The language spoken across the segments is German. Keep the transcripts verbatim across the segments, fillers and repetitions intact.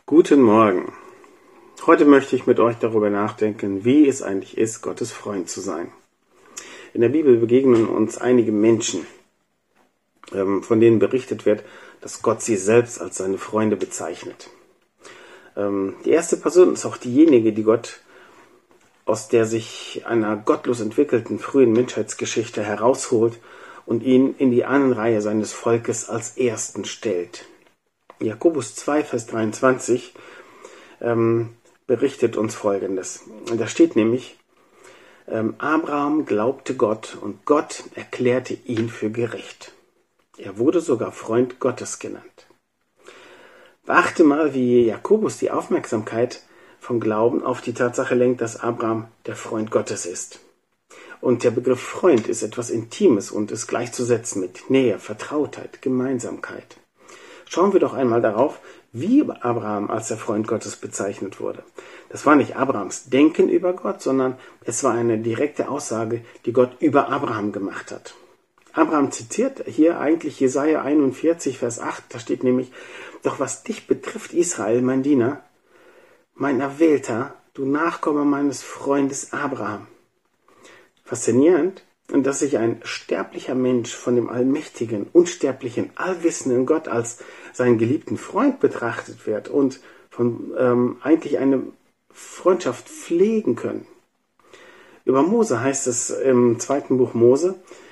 Guten Morgen. Heute möchte ich mit euch darüber nachdenken, wie es eigentlich ist, Gottes Freund zu sein. In der Bibel begegnen uns einige Menschen, von denen berichtet wird, dass Gott sie selbst als seine Freunde bezeichnet. Die erste Person ist auch diejenige, die Gott aus der sich einer gottlos entwickelten frühen Menschheitsgeschichte herausholt und ihn in die Ahnenreihe seines Volkes als Ersten stellt. Jakobus zwei, Vers dreiundzwanzig ähm, berichtet uns Folgendes. Da steht nämlich, ähm, Abraham glaubte Gott und Gott erklärte ihn für gerecht. Er wurde sogar Freund Gottes genannt. Beachte mal, wie Jakobus die Aufmerksamkeit vom Glauben auf die Tatsache lenkt, dass Abraham der Freund Gottes ist. Und der Begriff Freund ist etwas Intimes und ist gleichzusetzen mit Nähe, Vertrautheit, Gemeinsamkeit. Schauen wir doch einmal darauf, wie Abraham als der Freund Gottes bezeichnet wurde. Das war nicht Abrahams Denken über Gott, sondern es war eine direkte Aussage, die Gott über Abraham gemacht hat. Abraham zitiert hier eigentlich Jesaja einundvierzig, Vers acht, da steht nämlich, doch was dich betrifft, Israel, mein Diener, mein Erwählter, du Nachkomme meines Freundes Abraham. Faszinierend, dass sich ein sterblicher Mensch von dem allmächtigen, unsterblichen, allwissenden Gott als seinen geliebten Freund betrachtet wird und von ähm, eigentlich eine Freundschaft pflegen können. Über Mose heißt es im zweiten Buch Mose,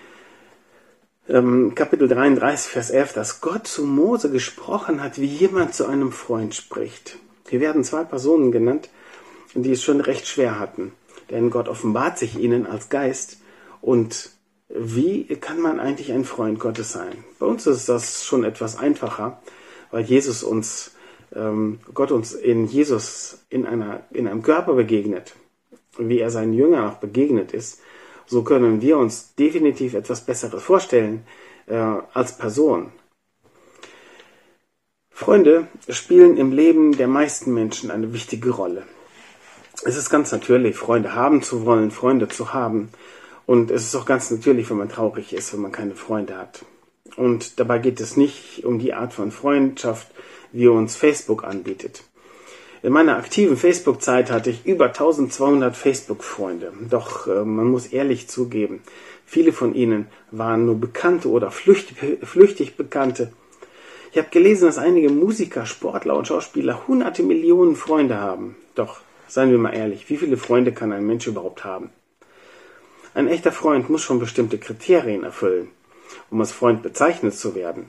ähm, Kapitel dreiunddreißig, Vers elf, dass Gott zu Mose gesprochen hat, wie jemand zu einem Freund spricht. Hier werden zwei Personen genannt, die es schon recht schwer hatten, denn Gott offenbart sich ihnen als Geist. Und wie kann man eigentlich ein Freund Gottes sein? Bei uns ist das schon etwas einfacher, weil Jesus uns, ähm, Gott uns in Jesus in einer, in einem Körper begegnet, wie er seinen Jüngern auch begegnet ist. So können wir uns definitiv etwas Besseres vorstellen äh, als Person. Freunde spielen im Leben der meisten Menschen eine wichtige Rolle. Es ist ganz natürlich, Freunde haben zu wollen, Freunde zu haben. Und es ist auch ganz natürlich, wenn man traurig ist, wenn man keine Freunde hat. Und dabei geht es nicht um die Art von Freundschaft, wie uns Facebook anbietet. In meiner aktiven Facebook-Zeit hatte ich über eintausendzweihundert Facebook-Freunde. Doch äh, man muss ehrlich zugeben, viele von ihnen waren nur Bekannte oder flüchtig, flüchtig Bekannte. Ich habe gelesen, dass einige Musiker, Sportler und Schauspieler hunderte Millionen Freunde haben. Doch, seien wir mal ehrlich, wie viele Freunde kann ein Mensch überhaupt haben? Ein echter Freund muss schon bestimmte Kriterien erfüllen, um als Freund bezeichnet zu werden.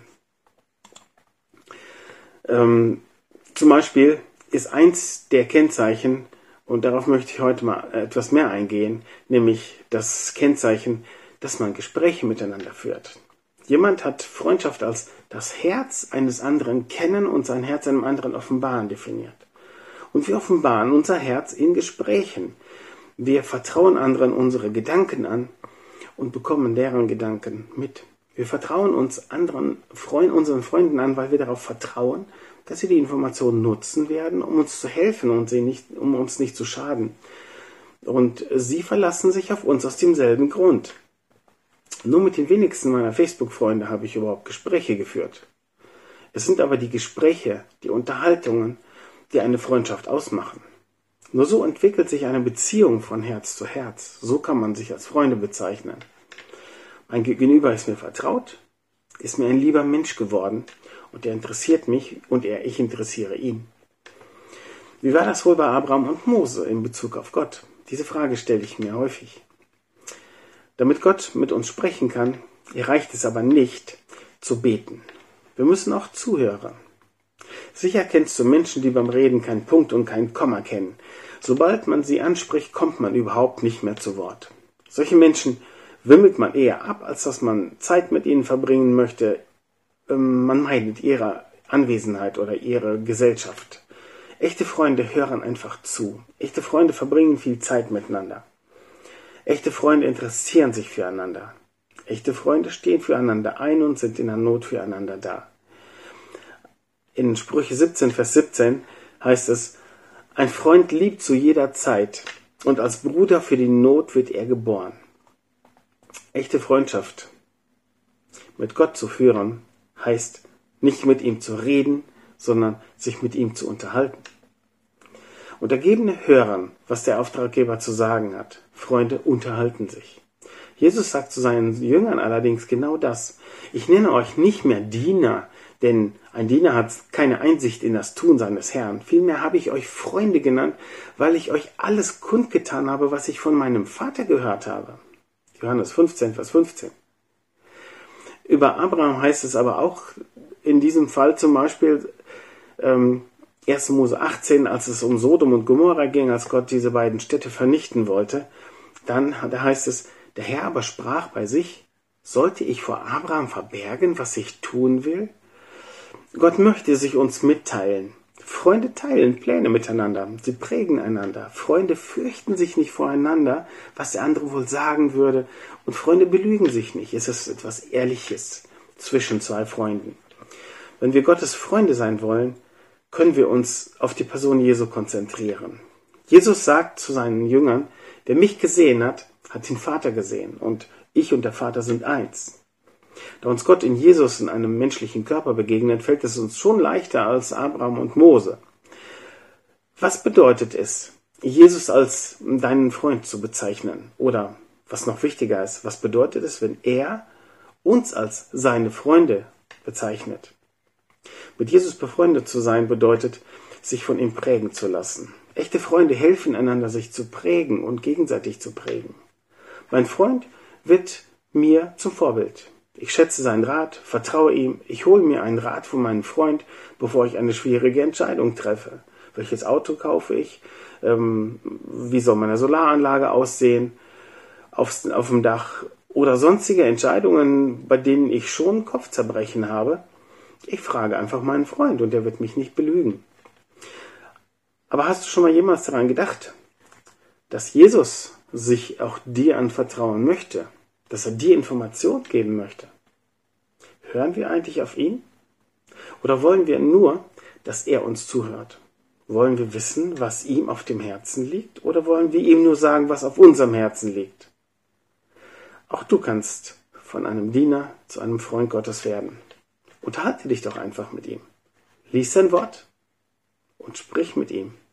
Ähm, zum Beispiel ist eins der Kennzeichen, und darauf möchte ich heute mal etwas mehr eingehen, nämlich das Kennzeichen, dass man Gespräche miteinander führt. Jemand hat Freundschaft als das Herz eines anderen kennen und sein Herz einem anderen offenbaren definiert. Und wir offenbaren unser Herz in Gesprächen. Wir vertrauen anderen unsere Gedanken an und bekommen deren Gedanken mit. Wir vertrauen uns anderen, freuen unseren Freunden an, weil wir darauf vertrauen, dass sie die Informationen nutzen werden, um uns zu helfen und sie nicht, um uns nicht zu schaden. Und sie verlassen sich auf uns aus demselben Grund. Nur mit den wenigsten meiner Facebook-Freunde habe ich überhaupt Gespräche geführt. Es sind aber die Gespräche, die Unterhaltungen, die eine Freundschaft ausmachen. Nur so entwickelt sich eine Beziehung von Herz zu Herz. So kann man sich als Freunde bezeichnen. Mein Gegenüber ist mir vertraut, ist mir ein lieber Mensch geworden und er interessiert mich und er, ich interessiere ihn. Wie war das wohl bei Abraham und Mose in Bezug auf Gott? Diese Frage stelle ich mir häufig. Damit Gott mit uns sprechen kann, reicht es aber nicht zu beten. Wir müssen auch zuhören. Sicher kennst du Menschen, die beim Reden keinen Punkt und kein Komma kennen. Sobald man sie anspricht, kommt man überhaupt nicht mehr zu Wort. Solche Menschen wimmelt man eher ab, als dass man Zeit mit ihnen verbringen möchte. Man meidet ihre Anwesenheit oder ihre Gesellschaft. Echte Freunde hören einfach zu. Echte Freunde verbringen viel Zeit miteinander. Echte Freunde interessieren sich füreinander. Echte Freunde stehen füreinander ein und sind in der Not füreinander da. In Sprüche siebzehn, Vers siebzehn heißt es, ein Freund liebt zu jeder Zeit und als Bruder für die Not wird er geboren. Echte Freundschaft mit Gott zu führen, heißt nicht mit ihm zu reden sondern sich mit ihm zu unterhalten. Untergebene hören, was der Auftraggeber zu sagen hat. Freunde unterhalten sich. Jesus sagt zu seinen Jüngern allerdings genau das. Ich nenne euch nicht mehr Diener, denn ein Diener hat keine Einsicht in das Tun seines Herrn. Vielmehr habe ich euch Freunde genannt, weil ich euch alles kundgetan habe, was ich von meinem Vater gehört habe. Johannes fünfzehn, Vers fünfzehn. Über Abraham heißt es aber auch in diesem Fall zum Beispiel ähm, erster Mose achtzehn, als es um Sodom und Gomorra ging, als Gott diese beiden Städte vernichten wollte, dann da heißt es, der Herr aber sprach bei sich, sollte ich vor Abraham verbergen, was ich tun will? Gott möchte sich uns mitteilen. Freunde teilen Pläne miteinander, sie prägen einander. Freunde fürchten sich nicht voreinander, was der andere wohl sagen würde. Und Freunde belügen sich nicht. Es ist etwas Ehrliches zwischen zwei Freunden. Wenn wir Gottes Freunde sein wollen, können wir uns auf die Person Jesu konzentrieren. Jesus sagt zu seinen Jüngern, wer mich gesehen hat, hat den Vater gesehen. Und ich und der Vater sind eins. Da uns Gott in Jesus in einem menschlichen Körper begegnet, fällt es uns schon leichter als Abraham und Mose. Was bedeutet es, Jesus als deinen Freund zu bezeichnen? Oder, was noch wichtiger ist, was bedeutet es, wenn er uns als seine Freunde bezeichnet? Mit Jesus befreundet zu sein bedeutet, sich von ihm prägen zu lassen. Echte Freunde helfen einander, sich zu prägen und gegenseitig zu prägen. Mein Freund wird mir zum Vorbild. Ich schätze seinen Rat, vertraue ihm, ich hole mir einen Rat von meinem Freund, bevor ich eine schwierige Entscheidung treffe. Welches Auto kaufe ich? Ähm, wie soll meine Solaranlage aussehen? Aufs, auf dem Dach? Oder sonstige Entscheidungen, bei denen ich schon Kopfzerbrechen habe. Ich frage einfach meinen Freund und der wird mich nicht belügen. Aber hast du schon mal jemals daran gedacht, dass Jesus sich auch dir anvertrauen möchte? Dass er dir Information geben möchte? Hören wir eigentlich auf ihn? Oder wollen wir nur, dass er uns zuhört? Wollen wir wissen, was ihm auf dem Herzen liegt? Oder wollen wir ihm nur sagen, was auf unserem Herzen liegt? Auch du kannst von einem Diener zu einem Freund Gottes werden. Unterhalte dich doch einfach mit ihm. Lies sein Wort und sprich mit ihm.